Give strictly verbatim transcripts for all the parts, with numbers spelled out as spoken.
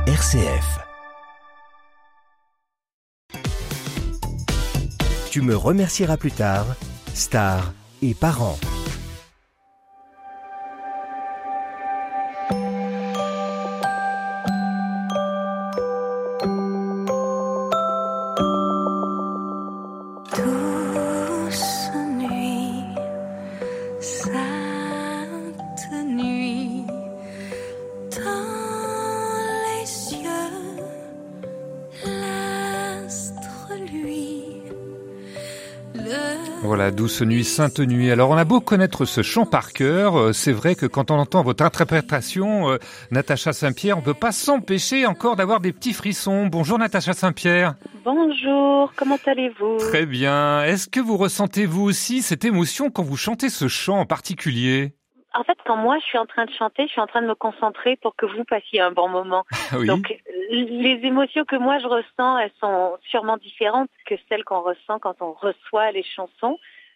R C F. Tu me remercieras plus tard, Star et parents. Voilà, Douce nuit, sainte nuit. Alors, on a beau connaître ce chant par cœur, c'est vrai que quand on entend votre interprétation, euh, Natacha Saint-Pierre, on peut pas s'empêcher encore d'avoir des petits frissons. Bonjour Natacha Saint-Pierre. Bonjour, comment allez-vous ? Très bien. Est-ce que vous ressentez vous aussi cette émotion quand vous chantez ce chant en particulier ? En fait, quand moi je suis en train de chanter, je suis en train de me concentrer pour que vous passiez un bon moment. Oui. Donc, les émotions que moi je ressens, elles sont sûrement différentes que celles qu'on ressent quand on reçoit les chansons.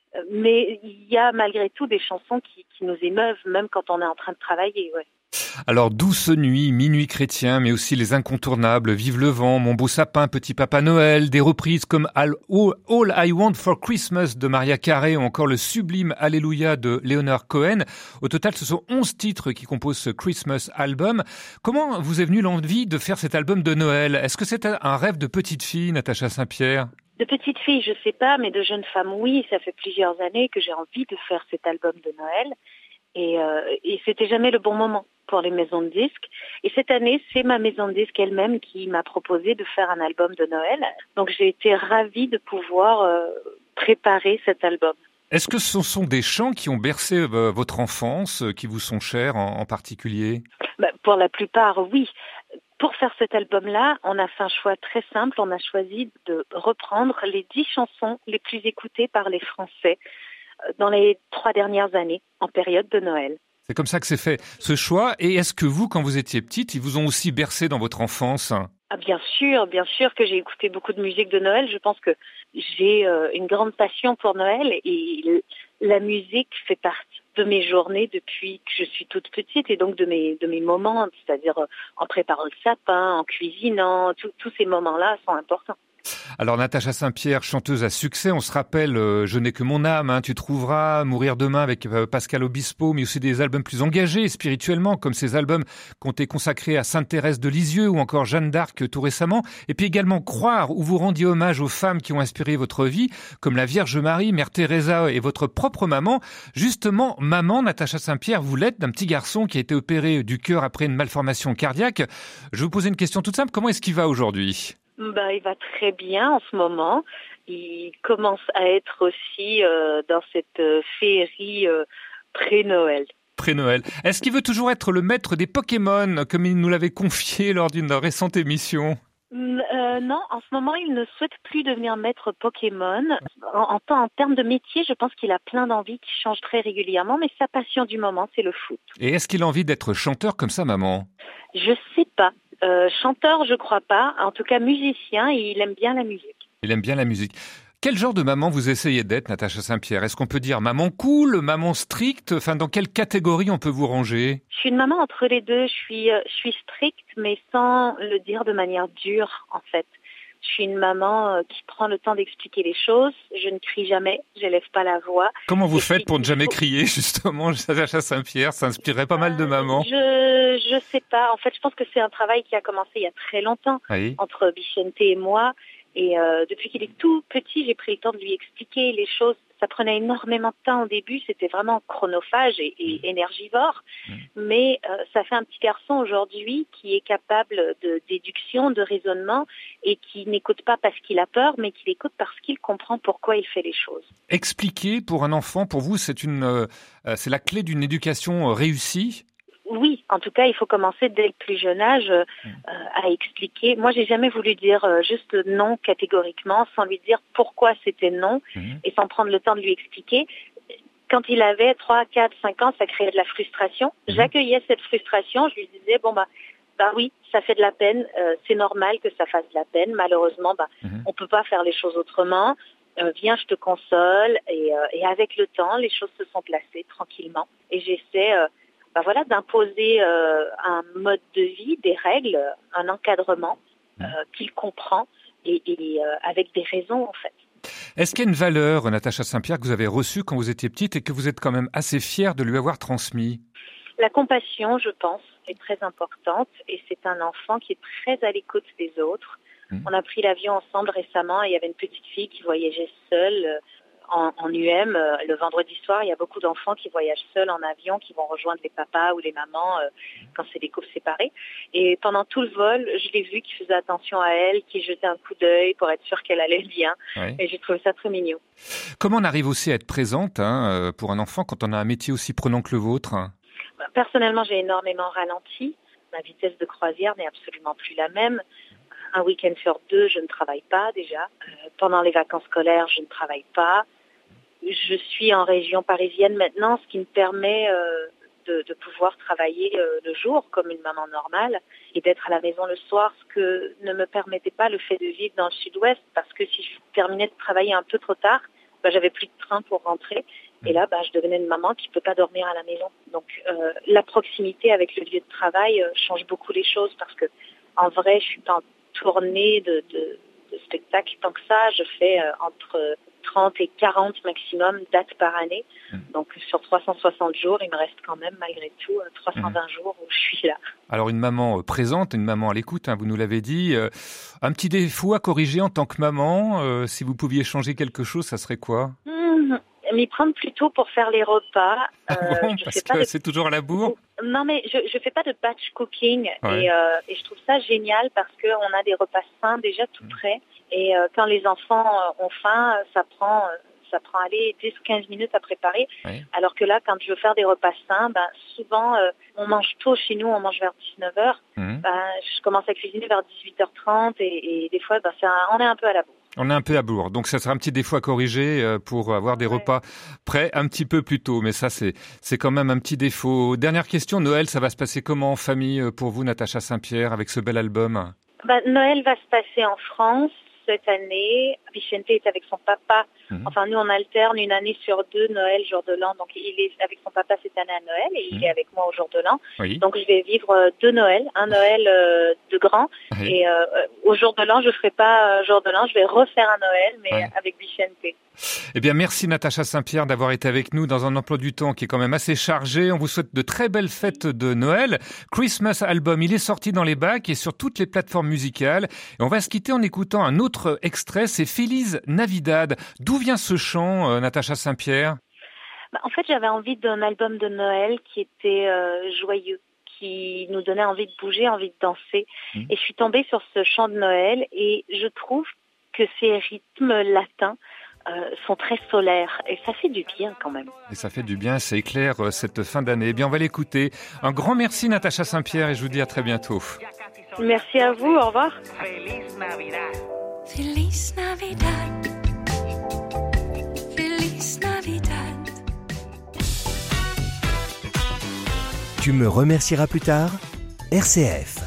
Mais il y a malgré tout des chansons qui, qui nous émeuvent, même quand on est en train de travailler. Ouais. Alors, Douce nuit, Minuit chrétien, mais aussi les incontournables, Vive le vent, Mon beau sapin, Petit papa Noël, des reprises comme All, All I Want for Christmas de Mariah Carey ou encore le sublime Alléluia de Leonard Cohen. Au total, ce sont onze titres qui composent ce Christmas album. Comment vous est venue l'envie de faire cet album de Noël ? Est-ce que c'est un rêve de petite fille, Natacha Saint-Pierre ? De petite fille, je sais pas, mais de jeune femme, oui. Ça fait plusieurs années que j'ai envie de faire cet album de Noël. Et, euh, et c'était jamais le bon moment pour les maisons de disques. Et cette année, c'est ma maison de disques elle-même qui m'a proposé de faire un album de Noël. Donc j'ai été ravie de pouvoir euh, préparer cet album. Est-ce que ce sont des chants qui ont bercé euh, votre enfance, euh, qui vous sont chers en, en particulier ? Ben, pour la plupart, oui. Pour faire cet album-là, on a fait un choix très simple. On a choisi de reprendre les dix chansons les plus écoutées par les Français dans les trois dernières années, en période de Noël. C'est comme ça que c'est fait, ce choix. Et est-ce que vous, quand vous étiez petite, ils vous ont aussi bercé dans votre enfance ? Ah, bien sûr, bien sûr que j'ai écouté beaucoup de musique de Noël. Je pense que j'ai euh, une grande passion pour Noël et la musique fait partie de mes journées depuis que je suis toute petite et donc de mes de mes moments, c'est-à-dire euh, en préparant le sapin, en cuisinant, tout, tous ces moments-là sont importants. Alors Natacha Saint-Pierre, chanteuse à succès, on se rappelle euh, Je n'ai que mon âme, hein, tu trouveras, Mourir demain avec euh, Pascal Obispo, mais aussi des albums plus engagés spirituellement, comme ces albums qui ont été consacrés à Sainte Thérèse de Lisieux ou encore Jeanne d'Arc euh, tout récemment, et puis également Croire, où vous rendiez hommage aux femmes qui ont inspiré votre vie, comme la Vierge Marie, Mère Teresa et votre propre maman. Justement, maman, Natacha Saint-Pierre, vous l'êtes d'un petit garçon qui a été opéré du cœur après une malformation cardiaque. Je vais vous poser une question toute simple, comment est-ce qu'il va aujourd'hui ? Ben, il va très bien en ce moment. Il commence à être aussi euh, dans cette euh, féerie euh, pré-Noël. Pré-Noël. Est-ce qu'il veut toujours être le maître des Pokémon, comme il nous l'avait confié lors d'une récente émission ? Euh, non, en ce moment, il ne souhaite plus devenir maître Pokémon. En, en, en termes de métier, je pense qu'il a plein d'envies qui changent très régulièrement, mais sa passion du moment, c'est le foot. Et est-ce qu'il a envie d'être chanteur comme ça, maman ? Je sais pas. Euh, chanteur, je crois pas. En tout cas, musicien, et il aime bien la musique. Il aime bien la musique. Quel genre de maman vous essayez d'être, Natacha Saint-Pierre ? Est-ce qu'on peut dire maman cool, maman stricte ? Enfin, dans quelle catégorie on peut vous ranger ? Je suis une maman entre les deux. Je suis, euh, je suis stricte, mais sans le dire de manière dure, en fait. Je suis une maman euh, qui prend le temps d'expliquer les choses. Je ne crie jamais, je lève pas la voix. Comment vous Et faites puis, pour ne jamais faut... crier, justement, Natacha Saint-Pierre ? Ça inspirerait pas mal de mamans. Je je sais pas. En fait, je pense que c'est un travail qui a commencé il y a très longtemps Oui. entre Vicente et moi. Et euh, depuis qu'il est tout petit, j'ai pris le temps de lui expliquer les choses. Ça prenait énormément de temps au début, c'était vraiment chronophage et, et énergivore. Mmh. Mais euh, ça fait un petit garçon aujourd'hui qui est capable de déduction, de raisonnement et qui n'écoute pas parce qu'il a peur, mais qui écoute parce qu'il comprend pourquoi il fait les choses. Expliquer pour un enfant, pour vous, c'est une, euh, c'est la clé d'une éducation réussie ? Oui, en tout cas, il faut commencer dès le plus jeune âge euh, à expliquer. Moi, j'ai jamais voulu dire euh, juste non catégoriquement, sans lui dire pourquoi c'était non mmh. et sans prendre le temps de lui expliquer. Quand il avait trois, quatre, cinq ans, ça créait de la frustration. Mmh. J'accueillais cette frustration, je lui disais, bon, bah, bah oui, ça fait de la peine, euh, c'est normal que ça fasse de la peine. Malheureusement, bah, mmh. on peut pas faire les choses autrement. Euh, viens, je te console. Et, euh, et avec le temps, les choses se sont placées tranquillement. Et j'essaie... Euh, ben voilà, d'imposer euh, un mode de vie, des règles, un encadrement euh, qu'il comprend et, et euh, avec des raisons en fait. Est-ce qu'il y a une valeur, Natacha Saint-Pierre, que vous avez reçue quand vous étiez petite et que vous êtes quand même assez fière de lui avoir transmis? La compassion, je pense, est très importante et c'est un enfant qui est très à l'écoute des autres. Mmh. On a pris l'avion ensemble récemment et il y avait une petite fille qui voyageait seule en, en U M. Le vendredi soir, il y a beaucoup d'enfants qui voyagent seuls en avion, qui vont rejoindre les papas ou les mamans euh, quand c'est des couples séparés. Et pendant tout le vol, je l'ai vu qui faisait attention à elle, qui jetait un coup d'œil pour être sûr qu'elle allait bien. Oui. Et j'ai trouvé ça très mignon. Comment on arrive aussi à être présente hein, pour un enfant quand on a un métier aussi prenant que le vôtre? Personnellement, j'ai énormément ralenti. Ma vitesse de croisière n'est absolument plus la même. Un week-end sur deux, je ne travaille pas déjà. Euh, pendant les vacances scolaires, je ne travaille pas. Je suis en région parisienne maintenant, ce qui me permet euh, de, de pouvoir travailler euh, le jour comme une maman normale et d'être à la maison le soir, ce que ne me permettait pas le fait de vivre dans le sud-ouest, parce que si je terminais de travailler un peu trop tard, bah, j'avais plus de train pour rentrer. Et là, bah, je devenais une maman qui ne peut pas dormir à la maison. Donc, euh, la proximité avec le lieu de travail euh, change beaucoup les choses parce que, en vrai, je suis pas en tournée de, de, de spectacles tant que ça. Je fais euh, entre trente et quarante maximum dates par année. Mmh. Donc, sur trois cent soixante jours, il me reste quand même, malgré tout, trois cent vingt mmh. jours où je suis là. Alors, une maman présente, une maman à l'écoute, hein, vous nous l'avez dit. Euh, un petit défaut à corriger en tant que maman, euh, si vous pouviez changer quelque chose, ça serait quoi? mmh. M'y prendre plus tôt pour faire les repas. Euh, ah bon, parce que de... c'est toujours à la bourre. Non, mais je je fais pas de batch cooking ouais. et, euh, et je trouve ça génial parce que on a des repas sains déjà tout prêts et euh, quand les enfants ont faim, ça prend ça prend aller dix ou quinze minutes à préparer. Ouais. Alors que là, quand je veux faire des repas sains, ben souvent euh, on mange tôt chez nous, on mange vers dix-neuf heures. Mmh. Ben, je commence à cuisiner vers dix-huit heures trente et, et des fois, ben c'est un, on est un peu à la bourre. On est un peu à bourre, donc ça sera un petit défaut à corriger pour avoir des ouais. repas prêts un petit peu plus tôt. Mais ça, c'est c'est quand même un petit défaut. Dernière question, Noël, ça va se passer comment en famille pour vous, Natacha Saint-Pierre, avec ce bel album? Ben, Noël va se passer en France cette année. Vicente est avec son papa. Mmh. Enfin, nous, on alterne une année sur deux, Noël, jour de l'an. Donc, il est avec son papa cette année à Noël et il mmh. est avec moi au jour de l'an. Oui. Donc, je vais vivre deux Noëls. Un Noël euh, de grand. Oui. Et euh, au jour de l'an, je ne ferai pas euh, jour de l'an. Je vais refaire un Noël, mais oui. avec Vicente. Eh bien, merci Natacha Saint-Pierre d'avoir été avec nous dans un emploi du temps qui est quand même assez chargé. On vous souhaite de très belles fêtes de Noël. Christmas Album, il est sorti dans les bacs et sur toutes les plateformes musicales. Et on va se quitter en écoutant un autre extrait, c'est Feliz Navidad. D'où vient ce chant, euh, Natacha Saint-Pierre? Bah, en fait, j'avais envie d'un album de Noël qui était euh, joyeux, qui nous donnait envie de bouger, envie de danser. Mmh. Et je suis tombée sur ce chant de Noël et je trouve que ces rythmes latins Euh, sont très solaires et ça fait du bien quand même. Et ça fait du bien, c'est clair, euh, cette fin d'année. Eh bien, on va l'écouter. Un grand merci Natacha Saint-Pierre et je vous dis à très bientôt. Merci à vous, au revoir. Feliz Navidad. Feliz Navidad. Feliz Navidad. Tu me remercieras plus tard? R C F